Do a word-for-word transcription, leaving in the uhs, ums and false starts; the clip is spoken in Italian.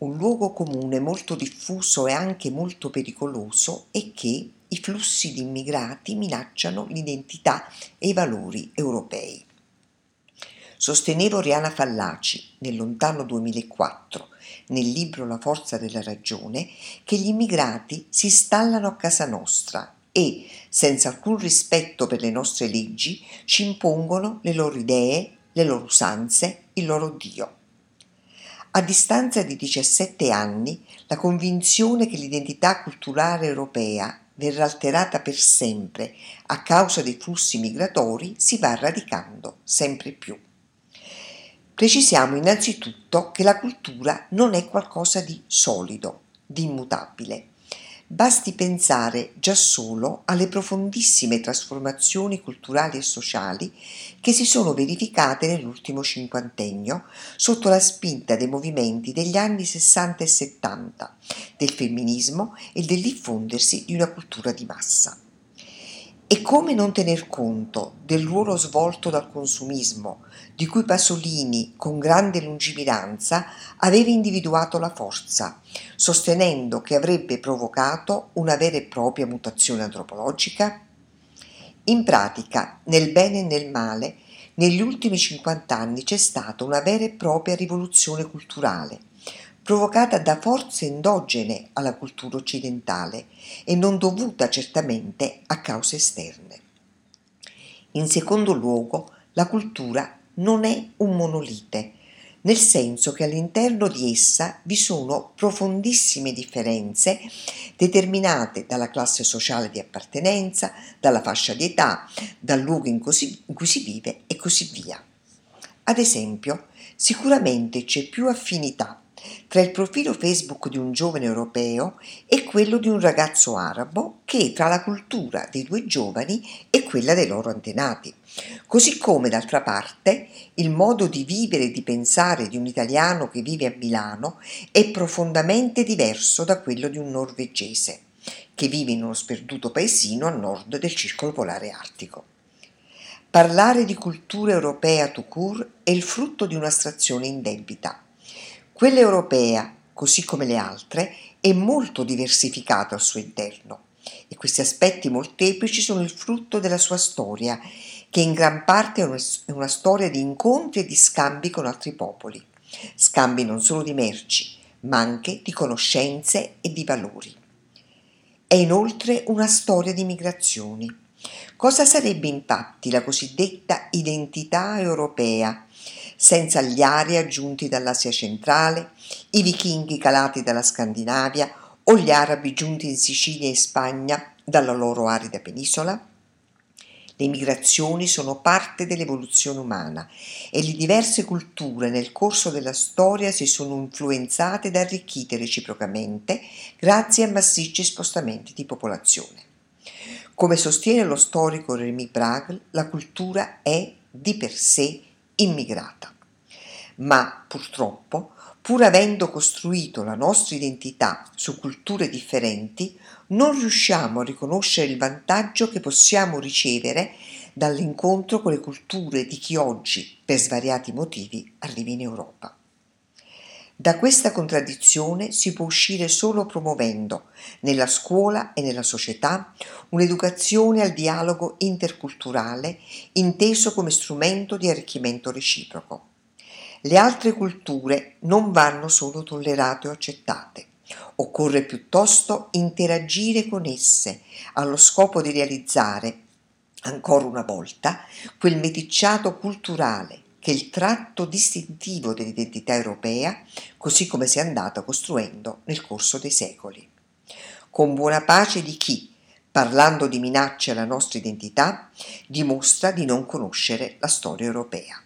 Un luogo comune molto diffuso e anche molto pericoloso è che i flussi di immigrati minacciano l'identità e i valori europei. Sosteneva Oriana Fallaci nel lontano duemilaquattro, nel libro La forza della ragione, che gli immigrati si installano a casa nostra e, senza alcun rispetto per le nostre leggi, ci impongono le loro idee, le loro usanze, il loro Dio. A distanza di diciassette anni, la convinzione che l'identità culturale europea verrà alterata per sempre a causa dei flussi migratori si va radicando sempre più. Precisiamo innanzitutto che la cultura non è qualcosa di solido, di immutabile. Basti pensare già solo alle profondissime trasformazioni culturali e sociali che si sono verificate nell'ultimo cinquantennio sotto la spinta dei movimenti degli anni sessanta e settanta, del femminismo e del diffondersi di una cultura di massa. E come non tener conto del ruolo svolto dal consumismo, di cui Pasolini, con grande lungimiranza, aveva individuato la forza, sostenendo che avrebbe provocato una vera e propria mutazione antropologica? In pratica, nel bene e nel male, negli ultimi cinquanta anni c'è stata una vera e propria rivoluzione culturale, provocata da forze endogene alla cultura occidentale e non dovuta certamente a cause esterne. In secondo luogo, la cultura non è un monolite, nel senso che all'interno di essa vi sono profondissime differenze determinate dalla classe sociale di appartenenza, dalla fascia di età, dal luogo in cui si, in cui si vive e così via. Ad esempio, sicuramente c'è più affinità tra il profilo Facebook di un giovane europeo e quello di un ragazzo arabo che tra la cultura dei due giovani e quella dei loro antenati. Così come, d'altra parte, il modo di vivere e di pensare di un italiano che vive a Milano è profondamente diverso da quello di un norvegese che vive in uno sperduto paesino a nord del circolo polare artico. Parlare di cultura europea tout court è il frutto di un'astrazione indebita. Quella europea, così come le altre, è molto diversificata al suo interno e questi aspetti molteplici sono il frutto della sua storia, che in gran parte è una storia di incontri e di scambi con altri popoli, scambi non solo di merci, ma anche di conoscenze e di valori. È inoltre una storia di migrazioni. Cosa sarebbe infatti la cosiddetta identità europea senza gli ari aggiunti dall'Asia centrale, i vichinghi calati dalla Scandinavia o gli arabi giunti in Sicilia e Spagna dalla loro arida penisola? Le migrazioni sono parte dell'evoluzione umana e le diverse culture nel corso della storia si sono influenzate ed arricchite reciprocamente grazie a massicci spostamenti di popolazione. Come sostiene lo storico Rémy Bragle, la cultura è di per sé immigrata. Ma purtroppo, pur avendo costruito la nostra identità su culture differenti, non riusciamo a riconoscere il vantaggio che possiamo ricevere dall'incontro con le culture di chi oggi, per svariati motivi, arriva in Europa. Da questa contraddizione si può uscire solo promuovendo, nella scuola e nella società, un'educazione al dialogo interculturale inteso come strumento di arricchimento reciproco. Le altre culture non vanno solo tollerate o accettate. Occorre piuttosto interagire con esse allo scopo di realizzare, ancora una volta, quel meticciato culturale che è il tratto distintivo dell'identità europea, così come si è andata costruendo nel corso dei secoli. Con buona pace di chi, parlando di minacce alla nostra identità, dimostra di non conoscere la storia europea.